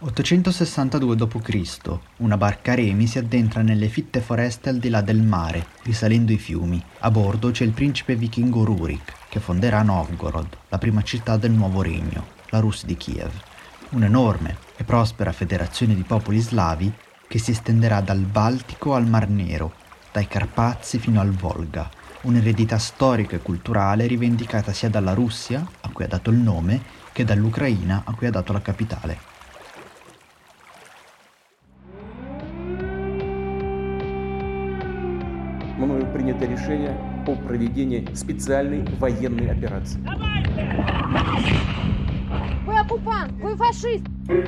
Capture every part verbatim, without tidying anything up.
ottocentosessantadue dopo Cristo Una barca a remi si addentra nelle fitte foreste al di là del mare, risalendo i fiumi. A bordo c'è il principe vichingo Rurik, che fonderà Novgorod, la prima città del nuovo regno, la Rus di Kiev. Un'enorme e prospera federazione di popoli slavi che si estenderà dal Baltico al Mar Nero, dai Carpazi fino al Volga. Un'eredità storica e culturale rivendicata sia dalla Russia, a cui ha dato il nome, che dall'Ucraina, a cui ha dato la capitale. Мною принято решение о проведении специальной военной операции. Вы оккупант! Вы фашист!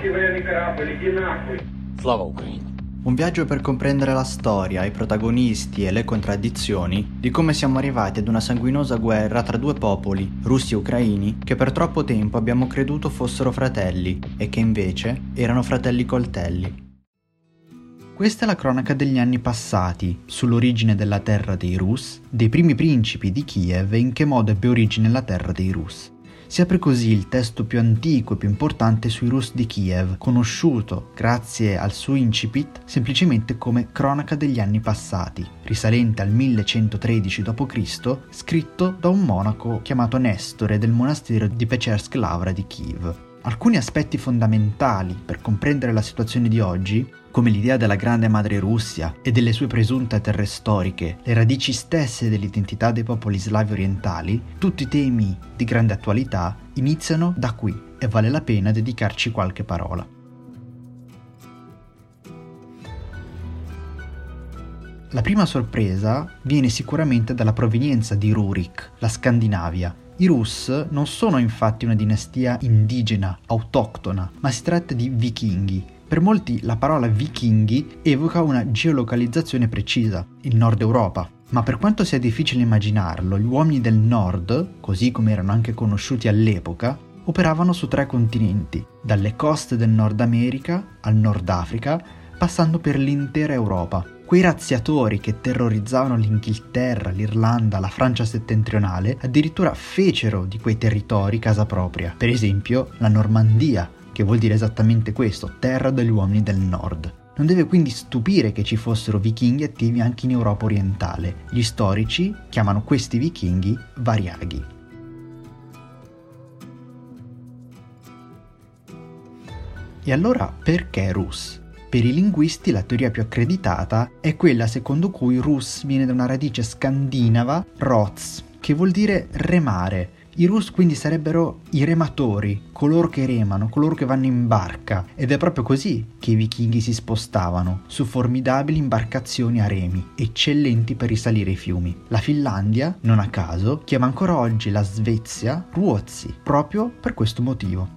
Слава Україні! Un viaggio per comprendere la storia, i protagonisti e le contraddizioni di come siamo arrivati ad una sanguinosa guerra tra due popoli, russi e ucraini, che per troppo tempo abbiamo creduto fossero fratelli e che invece erano fratelli coltelli. Questa è la cronaca degli anni passati, sull'origine della terra dei Rus, dei primi principi di Kiev e in che modo ebbe origine la terra dei Rus. Si apre così il testo più antico e più importante sui Rus di Kiev, conosciuto, grazie al suo incipit, semplicemente come Cronaca degli anni passati, risalente al millecentotredici dopo Cristo, scritto da un monaco chiamato Nestore del monastero di Pechersk Lavra di Kiev. Alcuni aspetti fondamentali per comprendere la situazione di oggi, come l'idea della grande madre Russia e delle sue presunte terre storiche, le radici stesse dell'identità dei popoli slavi orientali, tutti temi di grande attualità, iniziano da qui e vale la pena dedicarci qualche parola. La prima sorpresa viene sicuramente dalla provenienza di Rurik, la Scandinavia. I Rus non sono infatti una dinastia indigena, autoctona, ma si tratta di vichinghi. Per molti la parola vichinghi evoca una geolocalizzazione precisa, il nord Europa. Ma per quanto sia difficile immaginarlo, gli uomini del nord, così come erano anche conosciuti all'epoca, operavano su tre continenti, dalle coste del Nord America al Nord Africa, passando per l'intera Europa. Quei razziatori che terrorizzavano l'Inghilterra, l'Irlanda, la Francia settentrionale, addirittura fecero di quei territori casa propria. Per esempio, la Normandia, che vuol dire esattamente questo, terra degli uomini del nord. Non deve quindi stupire che ci fossero vichinghi attivi anche in Europa orientale. Gli storici chiamano questi vichinghi variaghi. E allora perché Rus? Per i linguisti la teoria più accreditata è quella secondo cui Rus viene da una radice scandinava, roz, che vuol dire remare. I Rus quindi sarebbero i rematori, coloro che remano, coloro che vanno in barca, ed è proprio così che i vichinghi si spostavano, su formidabili imbarcazioni a remi, eccellenti per risalire i fiumi. La Finlandia, non a caso, chiama ancora oggi la Svezia Ruotsi, proprio per questo motivo.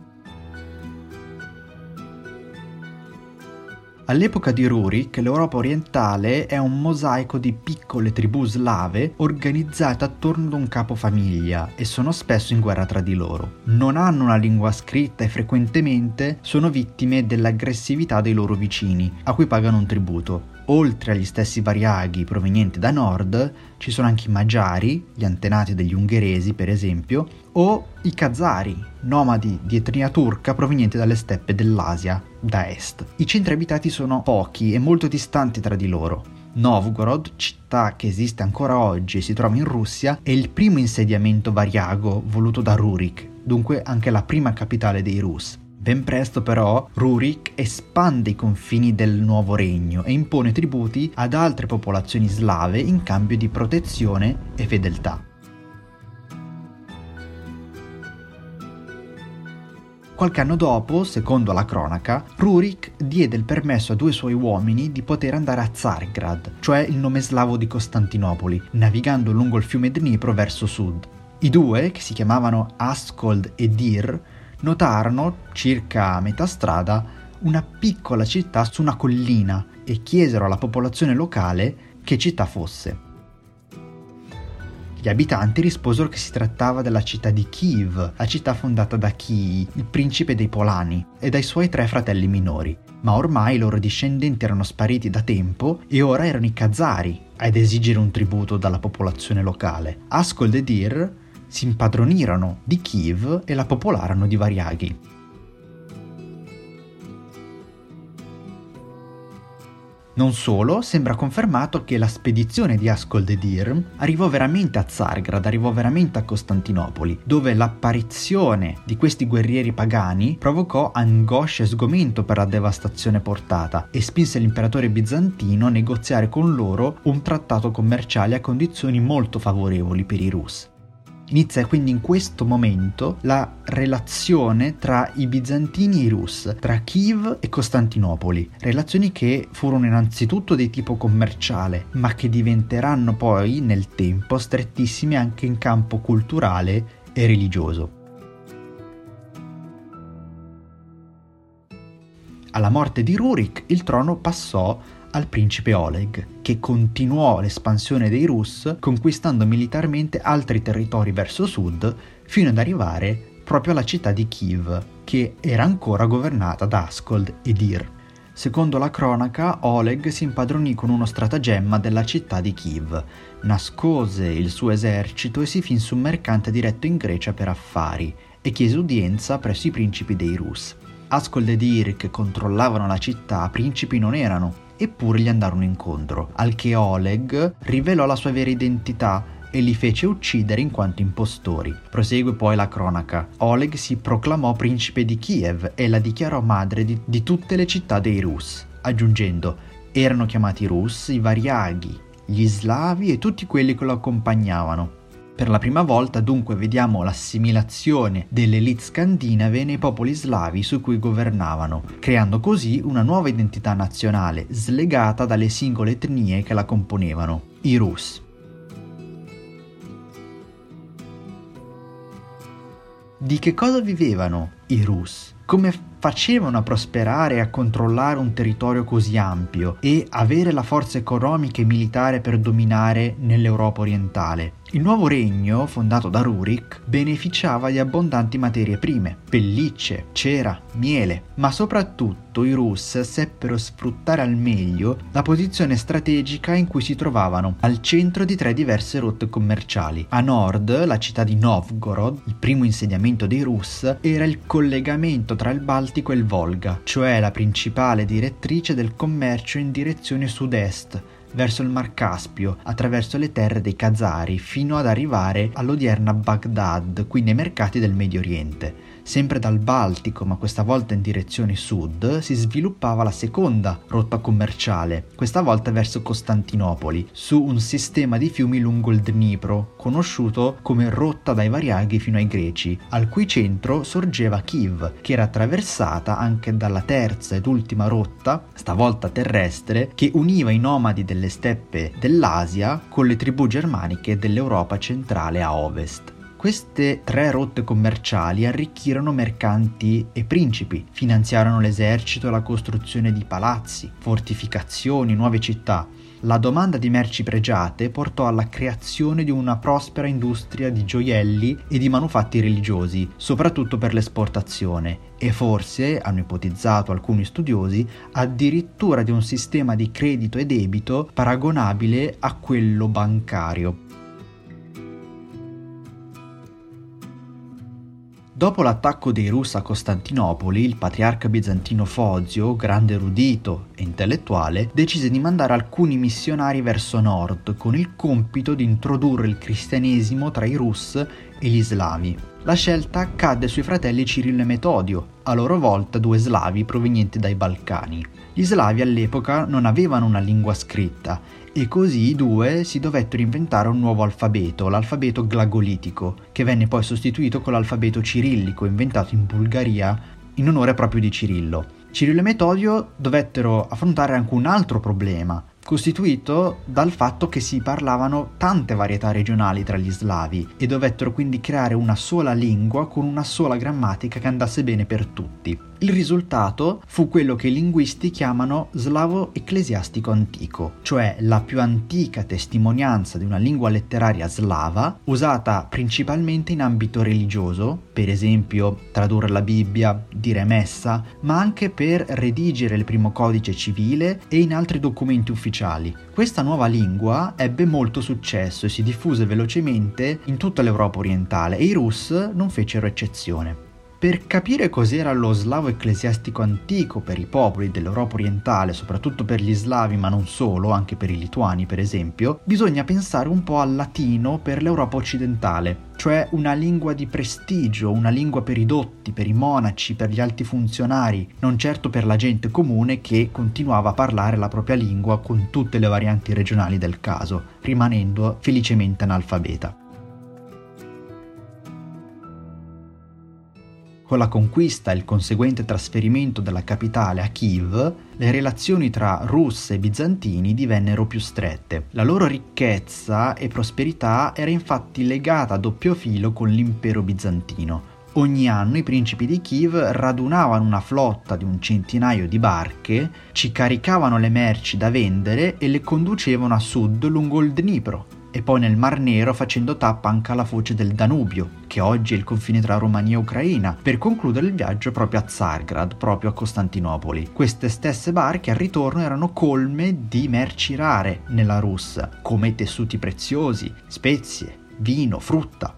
All'epoca di Rurik, l'Europa orientale è un mosaico di piccole tribù slave organizzate attorno ad un capofamiglia e sono spesso in guerra tra di loro. Non hanno una lingua scritta e frequentemente sono vittime dell'aggressività dei loro vicini, a cui pagano un tributo. Oltre agli stessi variaghi provenienti da nord, ci sono anche i Magiari, gli antenati degli ungheresi per esempio, o i Khazari, nomadi di etnia turca provenienti dalle steppe dell'Asia, da est. I centri abitati sono pochi e molto distanti tra di loro. Novgorod, città che esiste ancora oggi e si trova in Russia, è il primo insediamento variago voluto da Rurik, dunque anche la prima capitale dei Rus. Ben presto però Rurik espande i confini del nuovo regno e impone tributi ad altre popolazioni slave in cambio di protezione e fedeltà. Qualche anno dopo, secondo la cronaca, Rurik diede il permesso a due suoi uomini di poter andare a Tsargrad, cioè il nome slavo di Costantinopoli, navigando lungo il fiume Dnipro verso sud. I due, che si chiamavano Askold e Dir, notarono, circa a metà strada, una piccola città su una collina e chiesero alla popolazione locale che città fosse. Gli abitanti risposero che si trattava della città di Kiev, la città fondata da Kii, il principe dei Polani, e dai suoi tre fratelli minori. Ma ormai i loro discendenti erano spariti da tempo e ora erano i Khazari ad esigere un tributo dalla popolazione locale. Askold e Dir si impadronirono di Kiev e la popolarono di variaghi. Non solo, sembra confermato che la spedizione di Ascol-Edir arrivò veramente a Tsargrad, arrivò veramente a Costantinopoli, dove l'apparizione di questi guerrieri pagani provocò angoscia e sgomento per la devastazione portata e spinse l'imperatore bizantino a negoziare con loro un trattato commerciale a condizioni molto favorevoli per i Rus. Inizia quindi in questo momento la relazione tra i bizantini e i Rus, tra Kiev e Costantinopoli, relazioni che furono innanzitutto di tipo commerciale, ma che diventeranno poi nel tempo strettissime anche in campo culturale e religioso. Alla morte di Rurik il trono passò al principe Oleg, che continuò l'espansione dei Rus conquistando militarmente altri territori verso sud fino ad arrivare proprio alla città di Kiev, che era ancora governata da Ascol-Edir. Secondo la cronaca, Oleg si impadronì con uno stratagemma della città di Kiev, nascose il suo esercito e si finse un mercante diretto in Grecia per affari e chiese udienza presso i principi dei Rus. Ascol-Edir, che controllavano la città, principi non erano, eppure gli andarono incontro, al che Oleg rivelò la sua vera identità e li fece uccidere in quanto impostori. Prosegue poi la cronaca. Oleg si proclamò principe di Kiev e la dichiarò madre di, di tutte le città dei Rus, aggiungendo: erano chiamati Rus i variaghi, gli slavi e tutti quelli che lo accompagnavano. Per la prima volta dunque vediamo l'assimilazione delle elite scandinave nei popoli slavi su cui governavano, creando così una nuova identità nazionale slegata dalle singole etnie che la componevano, i Rus. Di che cosa vivevano i Rus? Come facevano a prosperare e a controllare un territorio così ampio e avere la forza economica e militare per dominare nell'Europa orientale? Il nuovo regno, fondato da Rurik, beneficiava di abbondanti materie prime, pellicce, cera, miele, ma soprattutto i Rus seppero sfruttare al meglio la posizione strategica in cui si trovavano, al centro di tre diverse rotte commerciali. A nord, la città di Novgorod, il primo insediamento dei Rus, era il collegamento tra il Baltico e il Volga, cioè la principale direttrice del commercio in direzione sud-est, verso il Mar Caspio, attraverso le terre dei Khazari, fino ad arrivare all'odierna Baghdad, qui nei mercati del Medio Oriente. Sempre dal Baltico, ma questa volta in direzione sud, si sviluppava la seconda rotta commerciale, questa volta verso Costantinopoli, su un sistema di fiumi lungo il Dnipro, conosciuto come rotta dai variaghi fino ai greci, al cui centro sorgeva Kiev, che era attraversata anche dalla terza ed ultima rotta, stavolta terrestre, che univa i nomadi delle steppe dell'Asia con le tribù germaniche dell'Europa centrale a ovest. Queste tre rotte commerciali arricchirono mercanti e principi, finanziarono l'esercito e la costruzione di palazzi, fortificazioni, nuove città. La domanda di merci pregiate portò alla creazione di una prospera industria di gioielli e di manufatti religiosi, soprattutto per l'esportazione, e forse, hanno ipotizzato alcuni studiosi, addirittura di un sistema di credito e debito paragonabile a quello bancario. Dopo l'attacco dei Rus a Costantinopoli, il patriarca bizantino Fozio, grande erudito e intellettuale, decise di mandare alcuni missionari verso nord con il compito di introdurre il cristianesimo tra i Rus e gli slavi. La scelta cadde sui fratelli Cirillo e Metodio, a loro volta due slavi provenienti dai Balcani. Gli slavi all'epoca non avevano una lingua scritta e così i due si dovettero inventare un nuovo alfabeto, l'alfabeto glagolitico, che venne poi sostituito con l'alfabeto cirillico inventato in Bulgaria in onore proprio di Cirillo. Cirillo e Metodio dovettero affrontare anche un altro problema, costituito dal fatto che si parlavano tante varietà regionali tra gli slavi e dovettero quindi creare una sola lingua con una sola grammatica che andasse bene per tutti. Il risultato fu quello che i linguisti chiamano slavo ecclesiastico antico, cioè la più antica testimonianza di una lingua letteraria slava usata principalmente in ambito religioso, per esempio tradurre la Bibbia, dire messa, ma anche per redigere il primo codice civile e in altri documenti ufficiali. Questa nuova lingua ebbe molto successo e si diffuse velocemente in tutta l'Europa orientale e i Rus non fecero eccezione. Per capire cos'era lo slavo ecclesiastico antico per i popoli dell'Europa orientale, soprattutto per gli slavi ma non solo, anche per i lituani per esempio, bisogna pensare un po' al latino per l'Europa occidentale, cioè una lingua di prestigio, una lingua per i dotti, per i monaci, per gli alti funzionari, non certo per la gente comune che continuava a parlare la propria lingua con tutte le varianti regionali del caso, rimanendo felicemente analfabeta. Con la conquista e il conseguente trasferimento della capitale a Kiev, le relazioni tra Rus e bizantini divennero più strette. La loro ricchezza e prosperità era infatti legata a doppio filo con l'impero bizantino. Ogni anno i principi di Kiev radunavano una flotta di un centinaio di barche, ci caricavano le merci da vendere e le conducevano a sud lungo il Dnipro, e poi nel Mar Nero facendo tappa anche alla foce del Danubio, che oggi è il confine tra Romania e Ucraina, per concludere il viaggio proprio a Tsargrad, proprio a Costantinopoli. Queste stesse barche al ritorno erano colme di merci rare nella Rus, come tessuti preziosi, spezie, vino, frutta.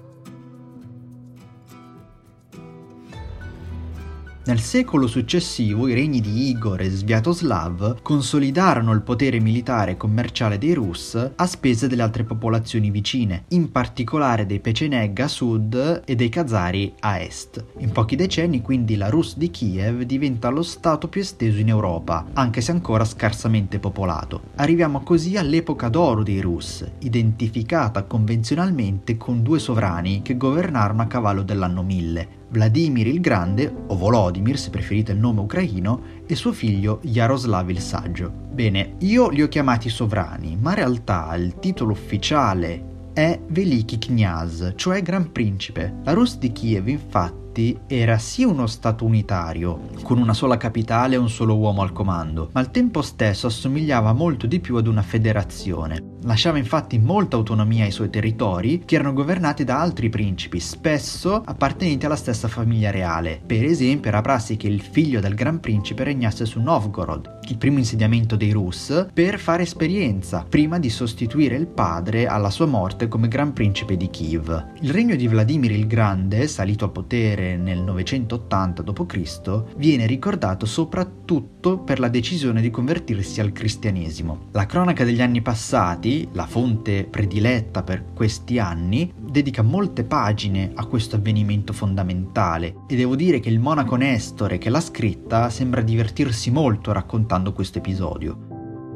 Nel secolo successivo i regni di Igor e Sviatoslav consolidarono il potere militare e commerciale dei Rus a spese delle altre popolazioni vicine, in particolare dei Peceneg a sud e dei Khazari a est. In pochi decenni quindi la Rus di Kiev diventa lo stato più esteso in Europa, anche se ancora scarsamente popolato. Arriviamo così all'epoca d'oro dei Rus, identificata convenzionalmente con due sovrani che governarono a cavallo dell'anno mille. Vladimir il Grande, o Volodymyr se preferite il nome ucraino, e suo figlio Jaroslav il Saggio. Bene, io li ho chiamati sovrani, ma in realtà il titolo ufficiale è Veliki Knyaz, cioè Gran Principe. La Rus di Kiev infatti era sì uno stato unitario, con una sola capitale e un solo uomo al comando, ma al tempo stesso assomigliava molto di più ad una federazione. Lasciava infatti molta autonomia ai suoi territori, che erano governati da altri principi, spesso appartenenti alla stessa famiglia reale. Per esempio era prassi che il figlio del Gran Principe regnasse su Novgorod, il primo insediamento dei Rus, per fare esperienza, prima di sostituire il padre alla sua morte come Gran Principe di Kiev. Il regno di Vladimir il Grande, salito a potere nel novecentottanta dopo Cristo, viene ricordato soprattutto per la decisione di convertirsi al cristianesimo. La cronaca degli anni passati, la fonte prediletta per questi anni, dedica molte pagine a questo avvenimento fondamentale, e devo dire che il monaco Nestore che l'ha scritta sembra divertirsi molto raccontando questo episodio.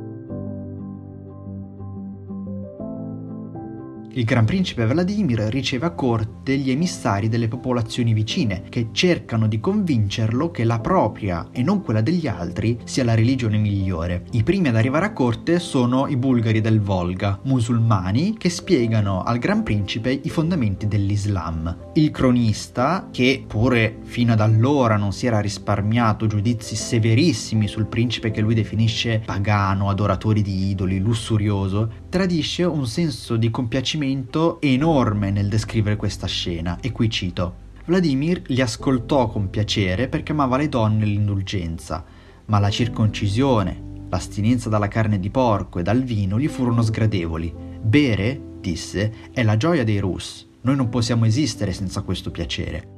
Il Gran Principe Vladimir riceve a corte gli emissari delle popolazioni vicine, che cercano di convincerlo che la propria e non quella degli altri sia la religione migliore. I primi ad arrivare a corte sono i bulgari del Volga, musulmani che spiegano al Gran Principe i fondamenti dell'Islam. Il cronista, che pure fino ad allora non si era risparmiato giudizi severissimi sul principe che lui definisce pagano, adoratore di idoli, lussurioso, tradisce un senso di compiacimento enorme nel descrivere questa scena, e qui cito: Vladimir li ascoltò con piacere perché amava le donne e l'indulgenza, ma la circoncisione, l'astinenza dalla carne di porco e dal vino gli furono sgradevoli. Bere, disse, è la gioia dei Rus, noi non possiamo esistere senza questo piacere.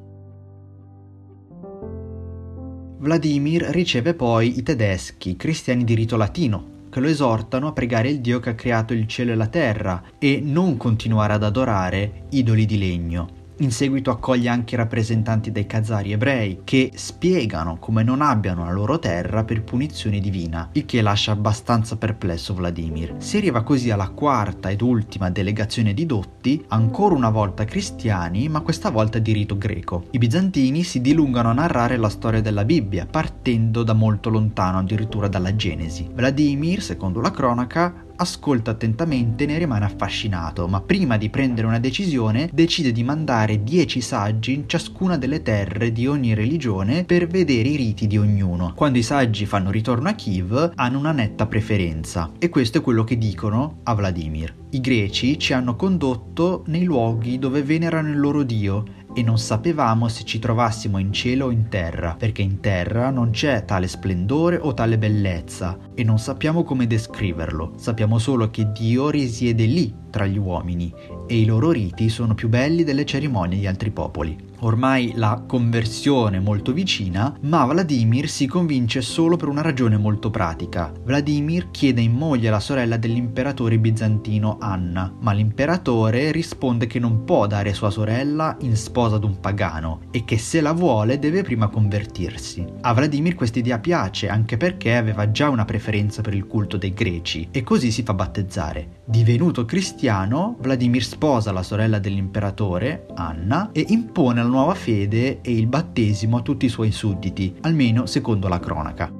Vladimir riceve poi i tedeschi, cristiani di rito latino, che lo esortano a pregare il Dio che ha creato il cielo e la terra e non continuare ad adorare idoli di legno. In seguito accoglie anche i rappresentanti dei Khazari ebrei, che spiegano come non abbiano la loro terra per punizione divina, il che lascia abbastanza perplesso Vladimir. Si arriva così alla quarta ed ultima delegazione di dotti, ancora una volta cristiani, ma questa volta di rito greco. I bizantini si dilungano a narrare la storia della Bibbia, partendo da molto lontano, addirittura dalla Genesi. Vladimir, secondo la cronaca, ascolta attentamente e ne rimane affascinato, ma prima di prendere una decisione decide di mandare dieci saggi in ciascuna delle terre di ogni religione per vedere i riti di ognuno. Quando i saggi fanno ritorno a Kiev hanno una netta preferenza, e questo è quello che dicono a Vladimir: i greci ci hanno condotto nei luoghi dove venerano il loro dio e non sapevamo se ci trovassimo in cielo o in terra, perché in terra non c'è tale splendore o tale bellezza e non sappiamo come descriverlo, sappiamo solo che Dio risiede lì, tra gli uomini e i loro riti sono più belli delle cerimonie di altri popoli. Ormai la conversione è molto vicina, ma Vladimir si convince solo per una ragione molto pratica. Vladimir chiede in moglie la sorella dell'imperatore bizantino Anna, ma l'imperatore risponde che non può dare sua sorella in sposa ad un pagano e che se la vuole deve prima convertirsi. A Vladimir questa idea piace, anche perché aveva già una preferenza per il culto dei greci e così si fa battezzare. Divenuto cristiano, Vladimir sposa la sorella dell'imperatore, Anna, e impone la nuova fede e il battesimo a tutti i suoi sudditi, almeno secondo la cronaca.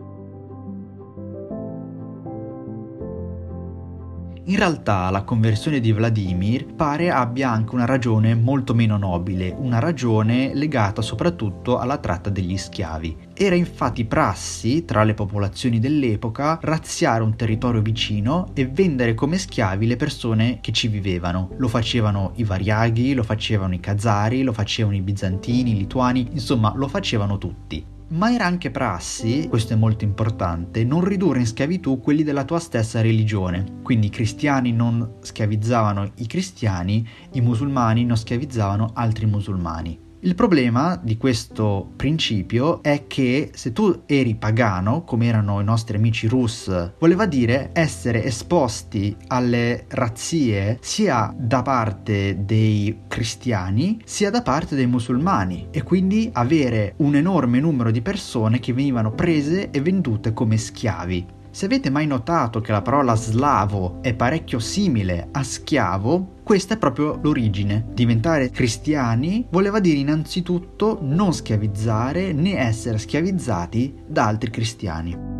In realtà la conversione di Vladimir pare abbia anche una ragione molto meno nobile, una ragione legata soprattutto alla tratta degli schiavi. Era infatti prassi tra le popolazioni dell'epoca razziare un territorio vicino e vendere come schiavi le persone che ci vivevano. Lo facevano i variaghi, lo facevano i khazari, lo facevano i bizantini, i lituani, insomma lo facevano tutti. Ma era anche prassi, questo è molto importante, non ridurre in schiavitù quelli della tua stessa religione. Quindi i cristiani non schiavizzavano i cristiani, i musulmani non schiavizzavano altri musulmani. Il problema di questo principio è che se tu eri pagano, come erano i nostri amici Rus, voleva dire essere esposti alle razzie sia da parte dei cristiani sia da parte dei musulmani e quindi avere un enorme numero di persone che venivano prese e vendute come schiavi. Se avete mai notato che la parola slavo è parecchio simile a schiavo, questa è proprio l'origine. Diventare cristiani voleva dire innanzitutto non schiavizzare né essere schiavizzati da altri cristiani.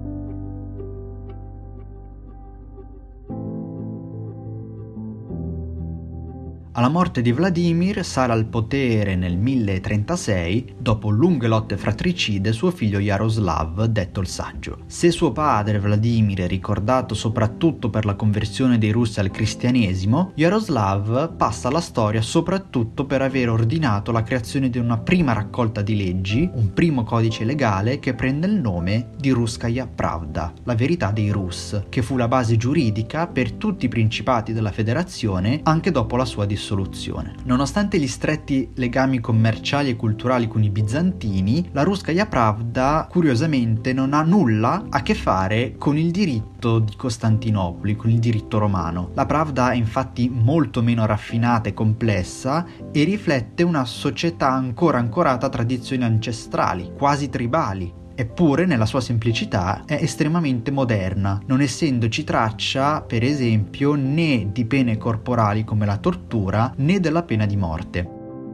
Alla morte di Vladimir sale al potere nel mille trentasei, dopo lunghe lotte fratricide, suo figlio Jaroslav, detto il Saggio. Se suo padre Vladimir è ricordato soprattutto per la conversione dei russi al cristianesimo, Jaroslav passa alla storia soprattutto per aver ordinato la creazione di una prima raccolta di leggi, un primo codice legale che prende il nome di Russkaya Pravda, la verità dei Rus, che fu la base giuridica per tutti i principati della federazione anche dopo la sua dissoluzione. Nonostante gli stretti legami commerciali e culturali con i bizantini, la Russkaya Pravda curiosamente non ha nulla a che fare con il diritto di Costantinopoli, con il diritto romano. La Pravda è infatti molto meno raffinata e complessa e riflette una società ancora ancorata a tradizioni ancestrali, quasi tribali. Eppure, nella sua semplicità, è estremamente moderna, non essendoci traccia, per esempio, né di pene corporali come la tortura, né della pena di morte.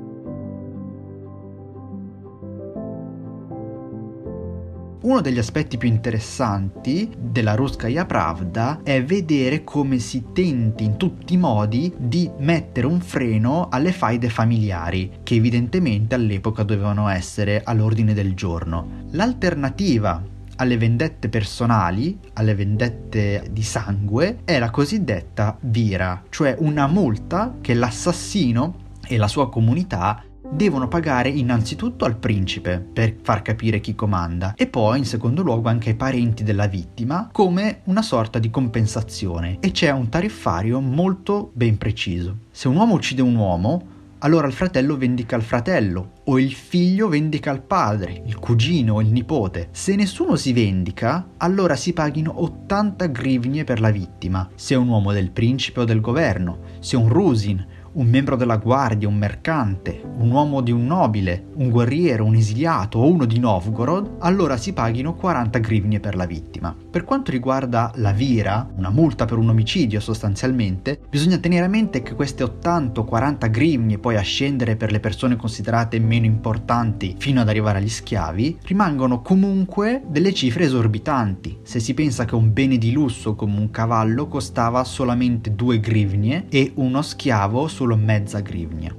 Uno degli aspetti più interessanti della Russkaya Pravda è vedere come si tenti in tutti i modi di mettere un freno alle faide familiari, che evidentemente all'epoca dovevano essere all'ordine del giorno. L'alternativa alle vendette personali, alle vendette di sangue, è la cosiddetta vira, cioè una multa che l'assassino e la sua comunità devono pagare innanzitutto al principe per far capire chi comanda e poi in secondo luogo anche ai parenti della vittima come una sorta di compensazione, e c'è un tariffario molto ben preciso. Se un uomo uccide un uomo, allora il fratello vendica il fratello o il figlio vendica il padre, il cugino o il nipote. Se nessuno si vendica, allora si paghino ottanta grivnie per la vittima, se è un uomo del principe o del governo, se è un rusin, un membro della guardia, un mercante, un uomo di un nobile, un guerriero, un esiliato o uno di Novgorod, allora si paghino quaranta grivnie per la vittima. Per quanto riguarda la vira, una multa per un omicidio sostanzialmente, bisogna tenere a mente che queste ottanta o quaranta grivnie, poi a scendere per le persone considerate meno importanti fino ad arrivare agli schiavi, rimangono comunque delle cifre esorbitanti. Se si pensa che un bene di lusso come un cavallo costava solamente due grivnie e uno schiavo solo mezza grivnia.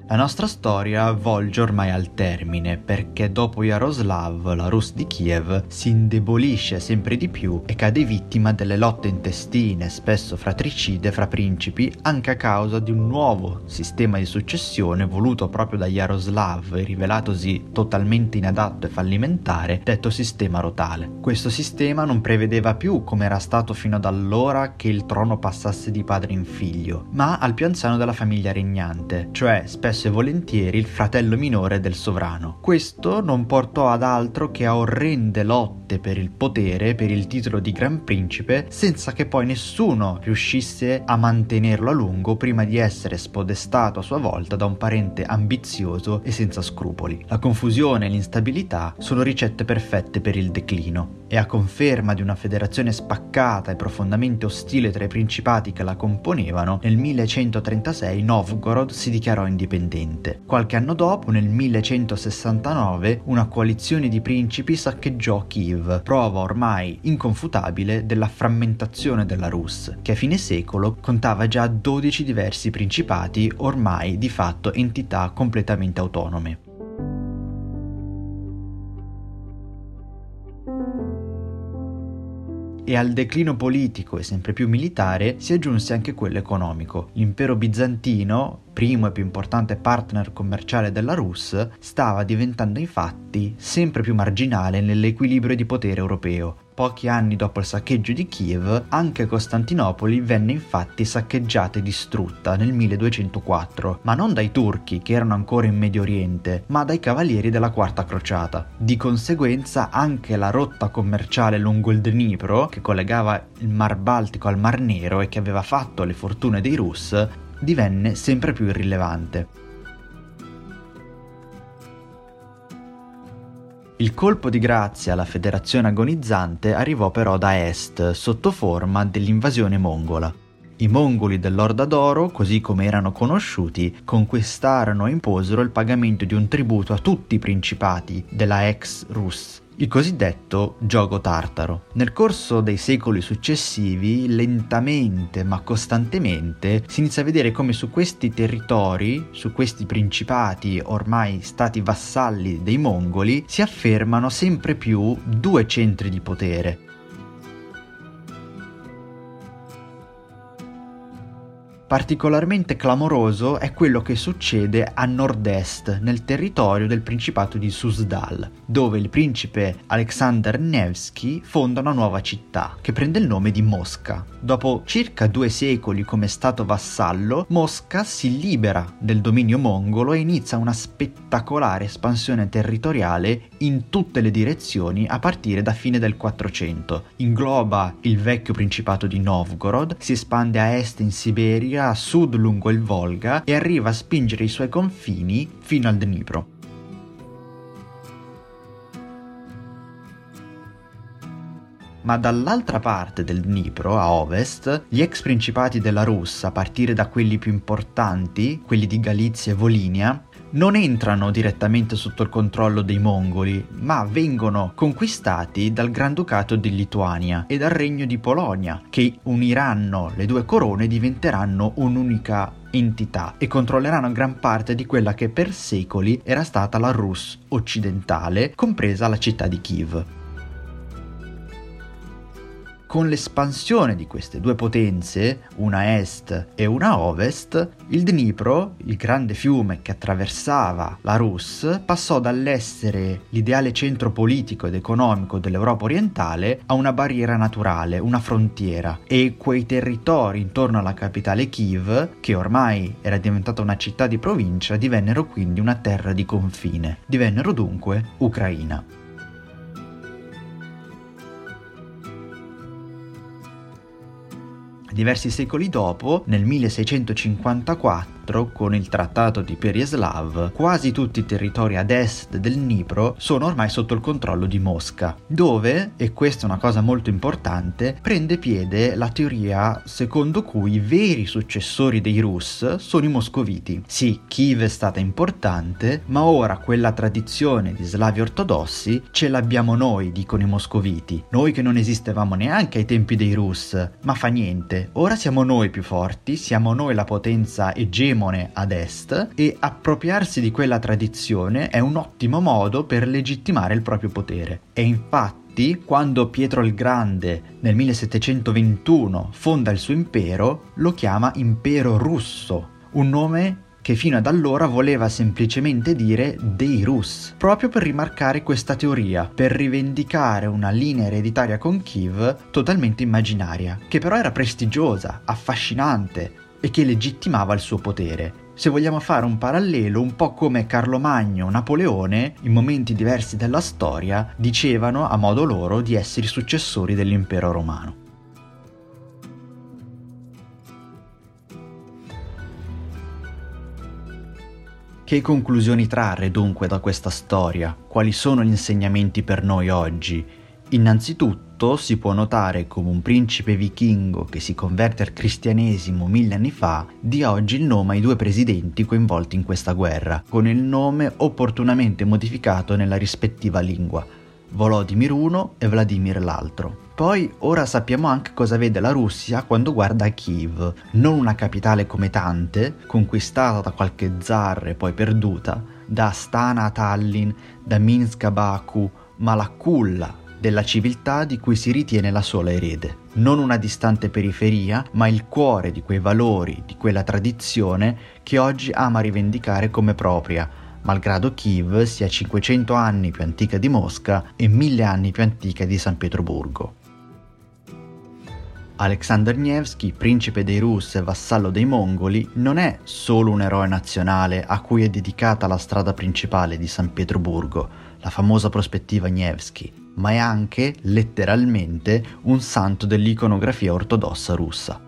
La nostra storia volge ormai al termine, perché dopo Jaroslav, la Rus di Kiev si indebolisce sempre di più e cade vittima delle lotte intestine, spesso fratricide, fra principi, anche a causa di un nuovo sistema di successione voluto proprio da Jaroslav e rivelatosi totalmente inadatto e fallimentare, detto sistema rotale. Questo sistema non prevedeva più, come era stato fino ad allora, che il trono passasse di padre in figlio, ma al più anziano della famiglia regnante, cioè spesso e volentieri il fratello minore del sovrano. Questo non portò ad altro che a orrende lotte per il potere, per il titolo di Gran Principe, senza che poi nessuno riuscisse a mantenerlo a lungo prima di essere spodestato a sua volta da un parente ambizioso e senza scrupoli. La confusione e l'instabilità sono ricette perfette per il declino, e a conferma di una federazione spaccata e profondamente ostile tra i principati che la componevano, nel millecentotrentasei Novgorod si dichiarò indipendente. Qualche anno dopo, nel millecentosessantanove, una coalizione di principi saccheggiò Kiev, prova ormai inconfutabile della frammentazione della Rus, che a fine secolo contava già dodici diversi principati, ormai di fatto entità completamente autonome. E al declino politico e sempre più militare si aggiunse anche quello economico. L'impero bizantino, primo e più importante partner commerciale della Rus, stava diventando infatti sempre più marginale nell'equilibrio di potere europeo. Pochi anni dopo il saccheggio di Kiev, anche Costantinopoli venne infatti saccheggiata e distrutta nel milleduecentoquattro, ma non dai turchi, che erano ancora in Medio Oriente, ma dai cavalieri della Quarta Crociata. Di conseguenza anche la rotta commerciale lungo il Dnipro, che collegava il Mar Baltico al Mar Nero e che aveva fatto le fortune dei Rus, divenne sempre più irrilevante. Il colpo di grazia alla federazione agonizzante arrivò però da est, sotto forma dell'invasione mongola. I mongoli dell'Orda d'Oro, così come erano conosciuti, conquistarono e imposero il pagamento di un tributo a tutti i principati della ex Rus, il cosiddetto giogo tartaro. Nel corso dei secoli successivi, lentamente ma costantemente, si inizia a vedere come su questi territori, su questi principati ormai stati vassalli dei mongoli, si affermano sempre più due centri di potere. Particolarmente clamoroso è quello che succede a nord-est, nel territorio del Principato di Suzdal, dove il principe Alexander Nevsky fonda una nuova città, che prende il nome di Mosca. Dopo circa due secoli come stato vassallo, Mosca si libera del dominio mongolo e inizia una spettacolare espansione territoriale in tutte le direzioni a partire da fine del quattrocento. Ingloba il vecchio Principato di Novgorod, si espande a est in Siberia, a sud lungo il Volga e arriva a spingere i suoi confini fino al Dnipro. Ma dall'altra parte del Dnipro, a ovest, gli ex principati della Rus, a partire da quelli più importanti, quelli di Galizia e Volinia, non entrano direttamente sotto il controllo dei mongoli, ma vengono conquistati dal Granducato di Lituania e dal Regno di Polonia, che uniranno le due corone e diventeranno un'unica entità e controlleranno gran parte di quella che per secoli era stata la Rus occidentale, compresa la città di Kiev. Con l'espansione di queste due potenze, una a est e una a ovest, il Dnipro, il grande fiume che attraversava la Rus, passò dall'essere l'ideale centro politico ed economico dell'Europa orientale a una barriera naturale, una frontiera, e quei territori intorno alla capitale Kiev, che ormai era diventata una città di provincia, divennero quindi una terra di confine, divennero dunque Ucraina. Diversi secoli dopo, nel milleseicentocinquantaquattro, con il trattato di Pereyaslav, quasi tutti i territori ad est del Dnipro sono ormai sotto il controllo di Mosca, dove, e questa è una cosa molto importante, prende piede la teoria secondo cui i veri successori dei Rus sono i moscoviti. Sì, Kiev è stata importante, ma ora quella tradizione di slavi ortodossi ce l'abbiamo noi, dicono i moscoviti, noi che non esistevamo neanche ai tempi dei Rus, ma fa niente. Ora siamo noi più forti, siamo noi la potenza egemone egemone ad est e appropriarsi di quella tradizione è un ottimo modo per legittimare il proprio potere. E infatti, quando Pietro il Grande nel millesettecentoventuno fonda il suo impero, lo chiama Impero Russo, un nome che fino ad allora voleva semplicemente dire dei Rus, proprio per rimarcare questa teoria, per rivendicare una linea ereditaria con Kiev totalmente immaginaria, che però era prestigiosa, affascinante e che legittimava il suo potere. Se vogliamo fare un parallelo, un po' come Carlo Magno o Napoleone, in momenti diversi della storia, dicevano a modo loro di essere i successori dell'impero romano. Che conclusioni trarre dunque da questa storia? Quali sono gli insegnamenti per noi oggi? Innanzitutto si può notare come un principe vichingo che si converte al cristianesimo mille anni fa dia oggi il nome ai due presidenti coinvolti in questa guerra, con il nome opportunamente modificato nella rispettiva lingua, Volodymyr uno e Vladimir l'altro. Poi ora sappiamo anche cosa vede la Russia quando guarda a Kiev, non una capitale come tante, conquistata da qualche zar e poi perduta, da Astana a Tallinn, da Minsk a Baku, ma la culla della civiltà di cui si ritiene la sola erede. Non una distante periferia, ma il cuore di quei valori, di quella tradizione che oggi ama rivendicare come propria, malgrado Kiev sia cinquecento anni più antica di Mosca e mille anni più antica di San Pietroburgo. Alexander Nevsky, principe dei Rus e vassallo dei Mongoli, non è solo un eroe nazionale a cui è dedicata la strada principale di San Pietroburgo, la famosa prospettiva Nevsky, ma è anche, letteralmente, un santo dell'iconografia ortodossa russa.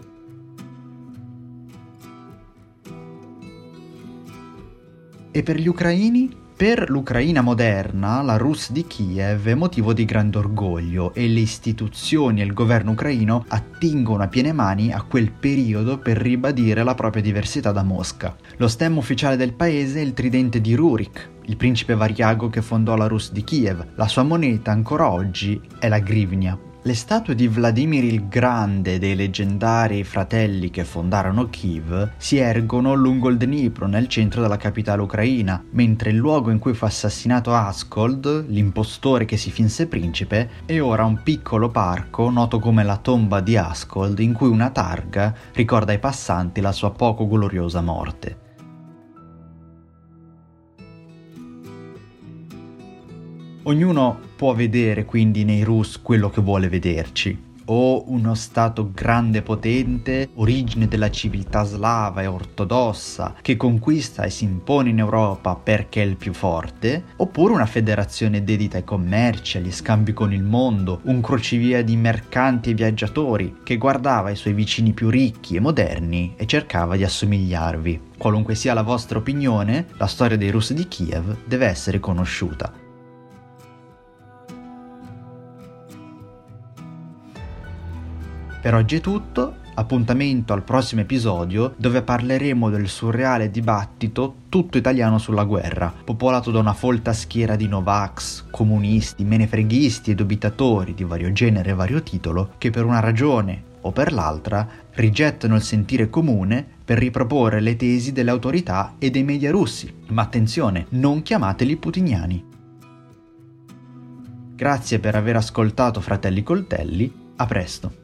E per gli ucraini? Per l'Ucraina moderna, la Rus di Kiev è motivo di grande orgoglio e le istituzioni e il governo ucraino attingono a piene mani a quel periodo per ribadire la propria diversità da Mosca. Lo stemma ufficiale del paese è il tridente di Rurik, il principe variago che fondò la Rus di Kiev. La sua moneta ancora oggi è la grivnia. Le statue di Vladimir il Grande e dei leggendari fratelli che fondarono Kiev si ergono lungo il Dnipro nel centro della capitale ucraina, mentre il luogo in cui fu assassinato Askold, l'impostore che si finse principe, è ora un piccolo parco noto come la tomba di Askold, in cui una targa ricorda ai passanti la sua poco gloriosa morte. Ognuno può vedere quindi nei Rus quello che vuole vederci, o uno stato grande e potente, origine della civiltà slava e ortodossa, che conquista e si impone in Europa perché è il più forte, oppure una federazione dedita ai commerci, agli scambi con il mondo, un crocevia di mercanti e viaggiatori che guardava i suoi vicini più ricchi e moderni e cercava di assomigliarvi. Qualunque sia la vostra opinione, la storia dei Rus di Kiev deve essere conosciuta. Per oggi è tutto, appuntamento al prossimo episodio dove parleremo del surreale dibattito tutto italiano sulla guerra, popolato da una folta schiera di Novax, comunisti, menefreghisti e dubitatori di vario genere e vario titolo che per una ragione o per l'altra rigettano il sentire comune per riproporre le tesi delle autorità e dei media russi, ma attenzione, non chiamateli putiniani. Grazie per aver ascoltato Fratelli Coltelli, a presto.